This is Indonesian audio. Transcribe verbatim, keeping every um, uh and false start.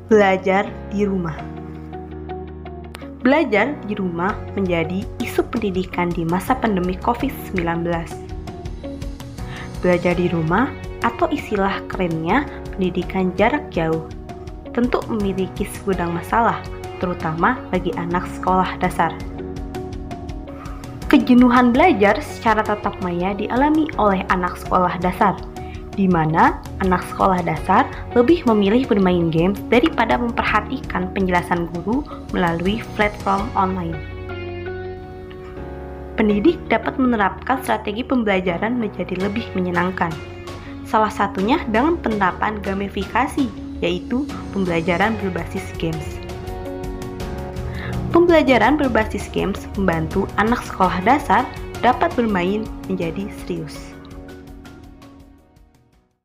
Belajar di rumah. Belajar di rumah menjadi isu pendidikan di masa pandemi covid sembilan belas. Belajar di rumah atau istilah kerennya pendidikan jarak jauh tentu memiliki segudang masalah, terutama bagi anak sekolah dasar. Kejenuhan belajar secara tatap maya dialami oleh anak sekolah dasar, di mana anak sekolah dasar lebih memilih bermain games daripada memperhatikan penjelasan guru melalui platform online. Pendidik dapat menerapkan strategi pembelajaran menjadi lebih menyenangkan. Salah satunya dengan penerapan gamifikasi, yaitu pembelajaran berbasis games. Pembelajaran berbasis games membantu anak sekolah dasar dapat bermain menjadi serius.